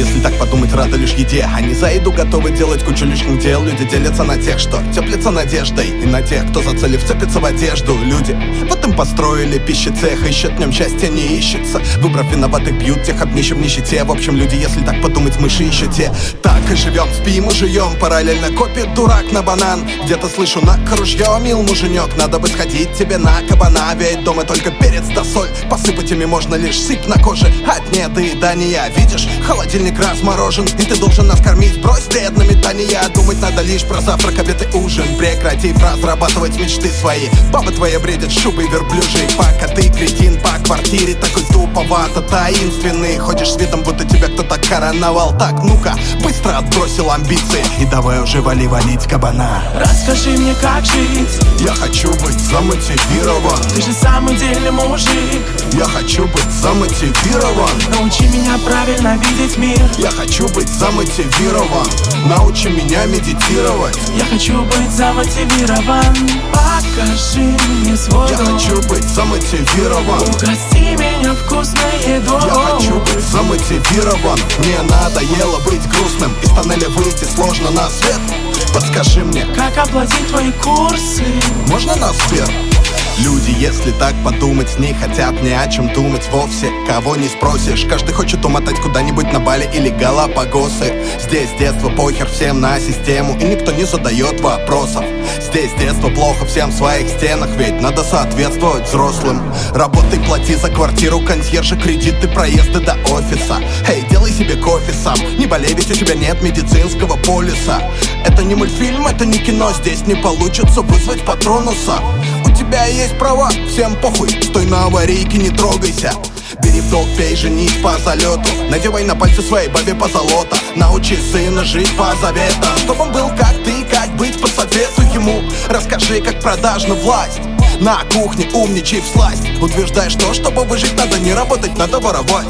если так подумать, рады лишь еде. Они за еду готовы делать кучу лишних дел. Люди делятся на тех, что теплятся надеждой, и на тех, кто за целью вцепится в одежду. Люди вот им построили пищецех, ищут в нем счастья не ищется. Выбрав виноватых, бьют тех, обнищим в нищете. В общем, люди, если так подумать, мыши еще те. Так и живем, спим и жуем, параллельно копит дурак на банан. Где-то слышу на ружье, мил муженек, надо бы сходить тебе на кабана. Ведь дома только перец да соль, посыпать ими можно лишь сыпь на коже от недоедания. Видишь, холодильник разморожен, и ты должен нас кормить, брось вред на метание. Думать надо лишь про завтрак, обед и ужин, прекратив разрабатывать мечты свои. Бабы твои бредят шубой верблюжьей, пока ты кретин по квартире такой туповато таинственный. Ходишь с видом, будто тебя кто-то короновал. Так, ну-ка, быстро отбросил амбиции и давай уже валить кабана. Расскажи мне, как жить. Я хочу быть замотивирован. Ты же самый дельный мужик. Я хочу быть замотивирован. Научи меня правильно видеть мир. Я хочу быть замотивирован. Научи меня медитировать. Я хочу быть замотивирован. Покажи мне свой Я дом. хочу быть замотивирован. Угости меня вкусной едой. Я хочу быть замотивирован. Мне надоело быть грустным. Из тоннеля выйти сложно на свет. Подскажи мне, как оплатить твои курсы? можно на Сбер? Люди, если так подумать, не хотят ни о чем думать вовсе. Кого не спросишь, каждый хочет умотать куда-нибудь на Бали или Галапагосы. Здесь с детства похер всем на систему, и никто не задает вопросов. Здесь с детства плохо всем в своих стенах, ведь надо соответствовать взрослым. Работай, плати за квартиру, консьержа, кредиты, проезды до офиса. Эй, делай себе кофе сам, не болей, ведь у тебя нет медицинского полиса. Это не мультфильм, это не кино, здесь не получится вызвать патронуса. У тебя есть права, всем похуй, стой на аварийке, не трогайся. Бери в долг, пей, женись по залету. Надевай на пальцы своей бабе позолота. Научи сына жить по заветам, чтобы он был как ты, как быть, посоветуй ему. Расскажи, как продажна власть. На кухне умничай всласть. Утверждай, что чтобы выжить надо не работать, надо воровать.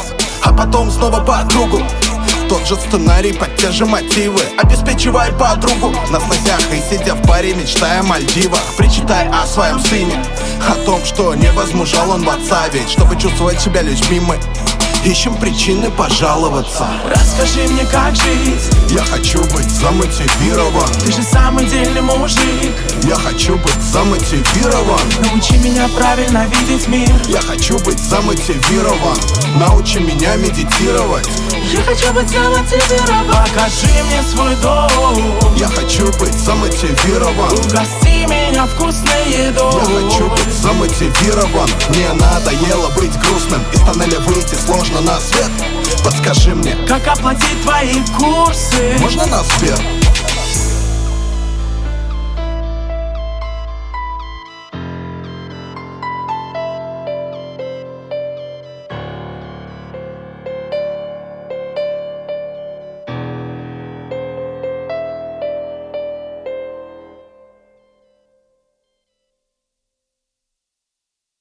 А потом снова по кругу. Тот же сценарий, под те же мотивы. Обеспечивай подругу на сносях и сидя в баре, мечтая о Мальдивах. Причитай о своем сыне, о том, что не возмужал он в отца. Ведь чтобы чувствовать себя любимым, ищем причины пожаловаться. Расскажи мне, как жить. Я хочу быть замотивирован. Ты же самый дельный мужик. Я хочу быть замотивирован. Научи меня правильно видеть мир. Я хочу быть замотивирован. Научи меня медитировать. Я хочу быть замотивирован. Покажи мне свой дом. Я хочу быть замотивирован. Угости меня вкусной едой. Я хочу быть замотивирован. Мне надоело быть грустным. Из тоннеля выйти сложно на свет. Подскажи мне, как оплатить твои курсы? можно на Сбер?